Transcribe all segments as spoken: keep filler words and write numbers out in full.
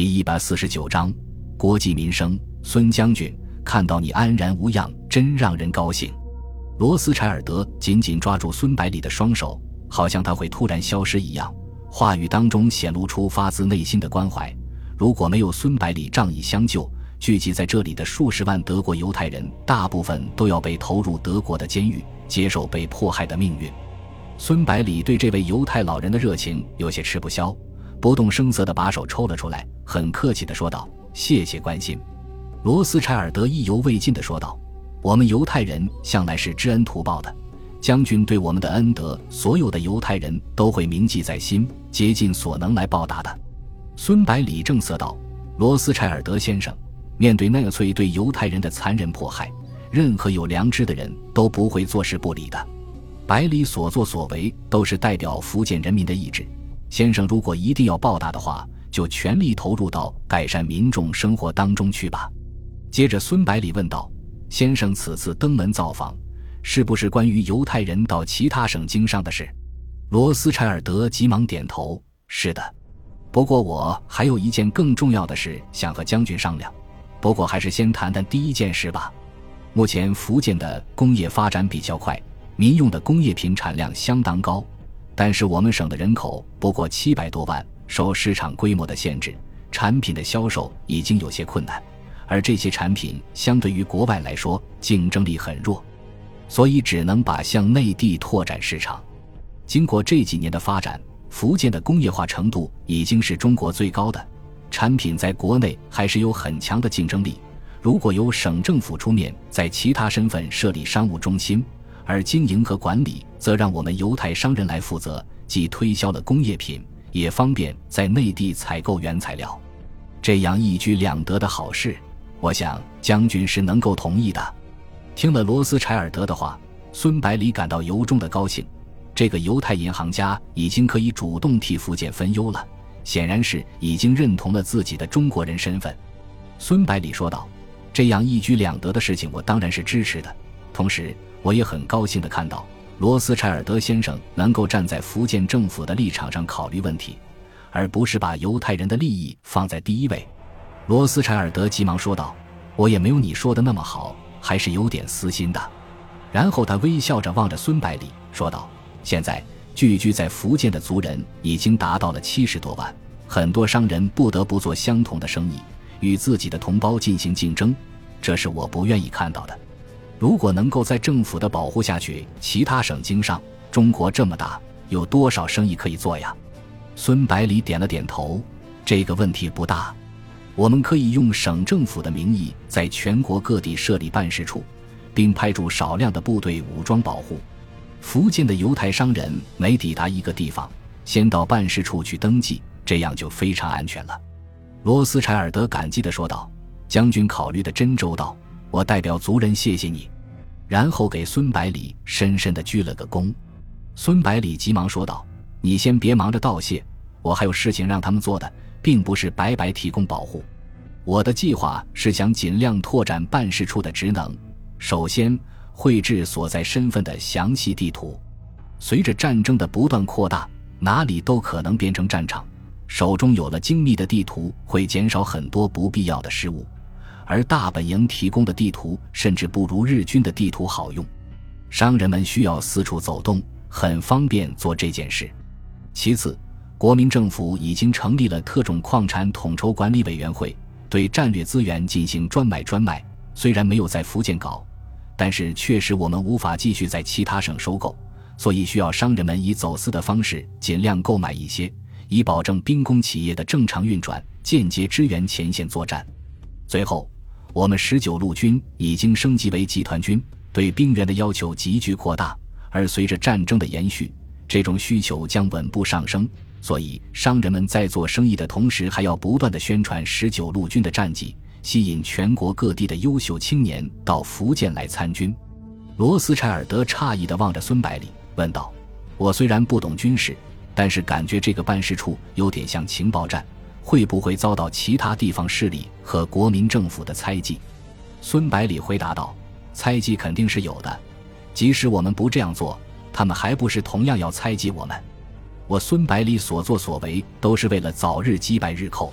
第一百四十九章国计民生。孙将军，看到你安然无恙，真让人高兴。罗斯柴尔德紧紧抓住孙百里的双手，好像他会突然消失一样，话语当中显露出发自内心的关怀。如果没有孙百里仗义相救，聚集在这里的数十万德国犹太人大部分都要被投入德国的监狱，接受被迫害的命运。孙百里对这位犹太老人的热情有些吃不消，不动声色地把手抽了出来，很客气地说道：谢谢关心。罗斯柴尔德意犹未尽地说道：我们犹太人向来是知恩图报的，将军对我们的恩德，所有的犹太人都会铭记在心，竭尽所能来报答的。孙百里正色道：罗斯柴尔德先生，面对纳粹对犹太人的残忍迫害，任何有良知的人都不会坐视不理的。百里所作所为都是代表福建人民的意志，先生如果一定要报答的话，就全力投入到改善民众生活当中去吧。接着孙百里问道：先生此次登门造访，是不是关于犹太人到其他省经商的事？罗斯柴尔德急忙点头：是的，不过我还有一件更重要的事想和将军商量，不过还是先谈谈第一件事吧。目前福建的工业发展比较快，民用的工业品产量相当高，但是我们省的人口不过七百多万，受市场规模的限制，产品的销售已经有些困难，而这些产品相对于国外来说竞争力很弱，所以只能把向内地拓展市场。经过这几年的发展，福建的工业化程度已经是中国最高的，产品在国内还是有很强的竞争力。如果由省政府出面在其他身份设立商务中心，而经营和管理则让我们犹太商人来负责，既推销了工业品，也方便在内地采购原材料，这样一举两得的好事，我想将军是能够同意的。听了罗斯柴尔德的话，孙百里感到由衷的高兴，这个犹太银行家已经可以主动替福建分忧了，显然是已经认同了自己的中国人身份。孙百里说道：这样一举两得的事情我当然是支持的，同时我也很高兴地看到罗斯柴尔德先生能够站在福建政府的立场上考虑问题，而不是把犹太人的利益放在第一位。罗斯柴尔德急忙说道：我也没有你说的那么好，还是有点私心的。然后他微笑着望着孙百里说道：现在聚居在福建的族人已经达到了七十多万，很多商人不得不做相同的生意，与自己的同胞进行竞争，这是我不愿意看到的。如果能够在政府的保护下去其他省经商，中国这么大，有多少生意可以做呀？孙百里点了点头：这个问题不大，我们可以用省政府的名义在全国各地设立办事处，并派驻少量的部队武装保护。福建的犹太商人每抵达一个地方，先到办事处去登记，这样就非常安全了。罗斯柴尔德感激地说道：将军考虑得真周到，我代表族人谢谢你。然后给孙百里深深地鞠了个躬。孙百里急忙说道：你先别忙着道谢，我还有事情让他们做的，并不是白白提供保护。我的计划是想尽量拓展办事处的职能，首先绘制所在身份的详细地图。随着战争的不断扩大，哪里都可能变成战场，手中有了精密的地图会减少很多不必要的失误，而大本营提供的地图甚至不如日军的地图好用，商人们需要四处走动，很方便做这件事。其次，国民政府已经成立了特种矿产统筹管理委员会，对战略资源进行专买专卖，虽然没有在福建搞，但是确实我们无法继续在其他省收购，所以需要商人们以走私的方式尽量购买一些，以保证兵工企业的正常运转，间接支援前线作战。最后，我们十九路军已经升级为集团军，对兵员的要求急剧扩大，而随着战争的延续，这种需求将稳步上升，所以商人们在做生意的同时还要不断地宣传十九路军的战绩，吸引全国各地的优秀青年到福建来参军。罗斯柴尔德诧异地望着孙百里问道：我虽然不懂军事，但是感觉这个办事处有点像情报站，会不会遭到其他地方势力和国民政府的猜忌？孙百里回答道：猜忌肯定是有的，即使我们不这样做，他们还不是同样要猜忌我们。我孙百里所作所为都是为了早日击败日寇，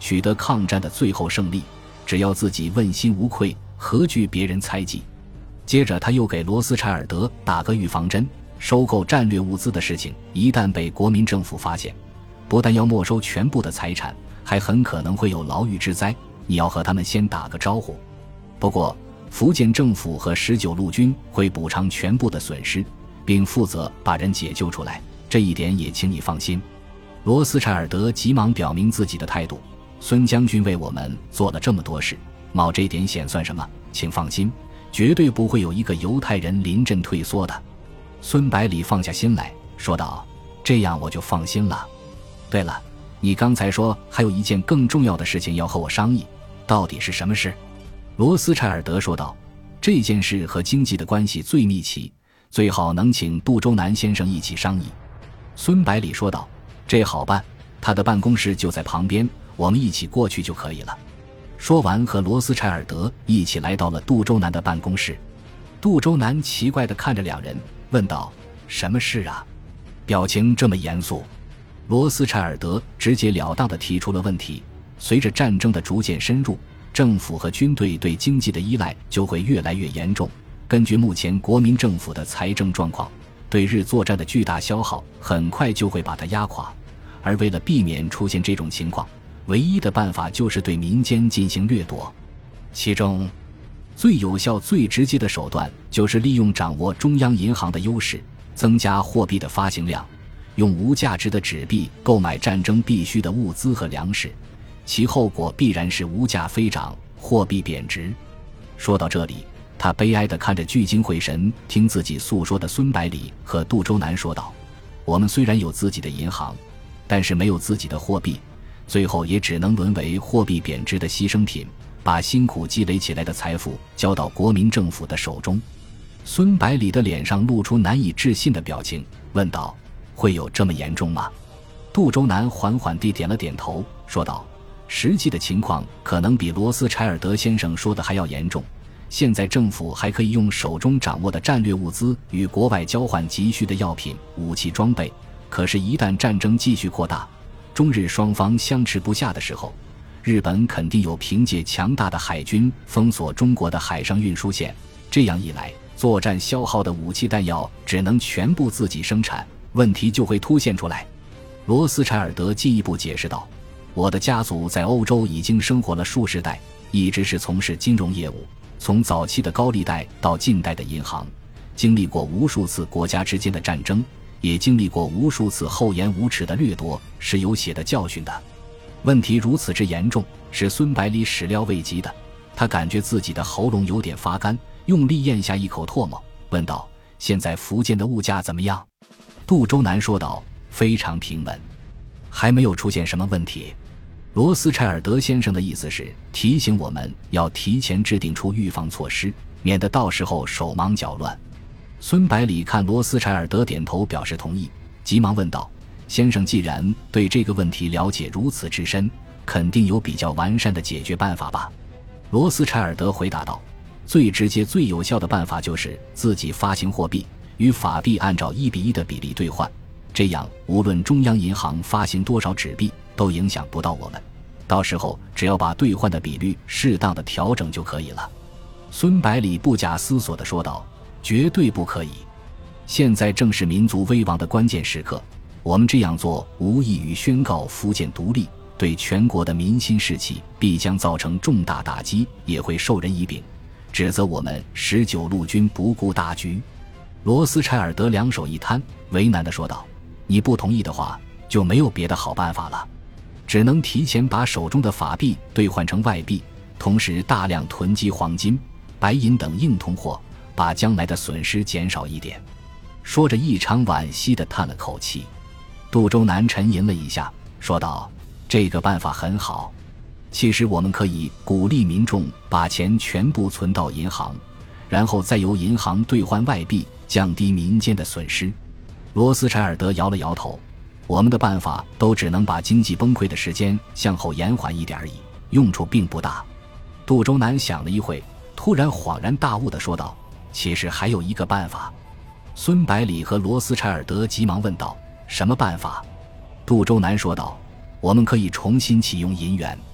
取得抗战的最后胜利，只要自己问心无愧，何惧别人猜忌。接着他又给罗斯柴尔德打个预防针，收购战略物资的事情一旦被国民政府发现，不但要没收全部的财产，还很可能会有牢狱之灾，你要和他们先打个招呼。不过福建政府和十九路军会补偿全部的损失，并负责把人解救出来，这一点也请你放心。罗斯柴尔德急忙表明自己的态度，孙将军为我们做了这么多事，冒这点险算什么？请放心，绝对不会有一个犹太人临阵退缩的。孙百里放下心来说道，这样我就放心了。对了，你刚才说还有一件更重要的事情要和我商议，到底是什么事？罗斯柴尔德说道，这件事和经济的关系最密切，最好能请杜周南先生一起商议。孙百里说道，这好办，他的办公室就在旁边，我们一起过去就可以了。说完和罗斯柴尔德一起来到了杜周南的办公室。杜周南奇怪地看着两人，问道，什么事啊？表情这么严肃。罗斯柴尔德直截了当地提出了问题，随着战争的逐渐深入，政府和军队对经济的依赖就会越来越严重，根据目前国民政府的财政状况，对日作战的巨大消耗很快就会把它压垮，而为了避免出现这种情况，唯一的办法就是对民间进行掠夺。其中最有效最直接的手段就是利用掌握中央银行的优势，增加货币的发行量，用无价值的纸币购买战争必需的物资和粮食，其后果必然是物价飞涨，货币贬值。说到这里，他悲哀地看着聚精会神听自己诉说的孙百里和杜周南说道，我们虽然有自己的银行，但是没有自己的货币，最后也只能沦为货币贬值的牺牲品，把辛苦积累起来的财富交到国民政府的手中。孙百里的脸上露出难以置信的表情，问道，会有这么严重吗？杜周南缓缓地点了点头，说道，实际的情况可能比罗斯柴尔德先生说的还要严重。现在政府还可以用手中掌握的战略物资与国外交换急需的药品、武器装备，可是一旦战争继续扩大，中日双方相持不下的时候，日本肯定有凭借强大的海军封锁中国的海上运输线，这样一来，作战消耗的武器弹药只能全部自己生产，问题就会凸现出来。罗斯柴尔德进一步解释道，我的家族在欧洲已经生活了数十代，一直是从事金融业务，从早期的高利贷到近代的银行，经历过无数次国家之间的战争，也经历过无数次厚颜无耻的掠夺，是有血的教训的。问题如此之严重，是孙百里始料未及的。他感觉自己的喉咙有点发干，用力咽下一口唾沫，问道，现在福建的物价怎么样？杜周南说道，非常平稳，还没有出现什么问题。罗斯柴尔德先生的意思是提醒我们要提前制定出预防措施，免得到时候手忙脚乱。孙百里看罗斯柴尔德点头表示同意，急忙问道，先生既然对这个问题了解如此之深，肯定有比较完善的解决办法吧？罗斯柴尔德回答道，最直接最有效的办法就是自己发行货币，与法币按照一比一的比例兑换，这样无论中央银行发行多少纸币都影响不到我们，到时候只要把兑换的比率适当的调整就可以了。孙百里不假思索地说道，绝对不可以，现在正是民族危亡的关键时刻，我们这样做无异于宣告福建独立，对全国的民心士气必将造成重大打击，也会授人以柄，指责我们十九路军不顾大局。罗斯柴尔德两手一摊，为难地说道，你不同意的话，就没有别的好办法了，只能提前把手中的法币兑换成外币，同时大量囤积黄金、白银等硬通货，把将来的损失减少一点。说着异常惋惜地叹了口气。杜周南沉吟了一下，说道，这个办法很好，其实我们可以鼓励民众把钱全部存到银行，然后再由银行兑换外币，降低民间的损失。罗斯柴尔德摇了摇头，我们的办法都只能把经济崩溃的时间向后延缓一点而已，用处并不大。杜周南想了一会，突然恍然大悟地说道，其实还有一个办法。孙百里和罗斯柴尔德急忙问道，什么办法？杜周南说道，我们可以重新启用银元。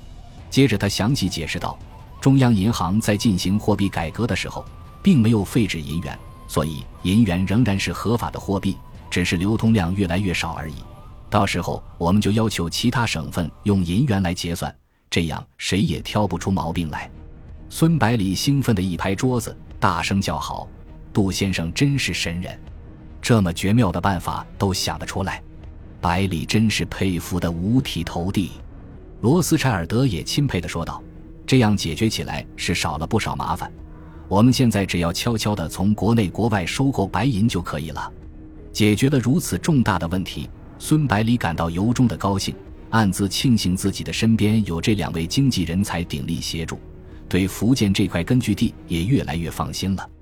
接着他详细解释道，中央银行在进行货币改革的时候并没有废止银元，所以银元仍然是合法的货币，只是流通量越来越少而已。到时候我们就要求其他省份用银元来结算，这样谁也挑不出毛病来。孙百里兴奋地一拍桌子，大声叫好，杜先生真是神人，这么绝妙的办法都想得出来，百里真是佩服得五体投地。罗斯柴尔德也钦佩地说道，这样解决起来是少了不少麻烦，我们现在只要悄悄地从国内国外收购白银就可以了。解决了如此重大的问题，孙百里感到由衷的高兴，暗自庆幸自己的身边有这两位经济人才鼎力协助，对福建这块根据地也越来越放心了。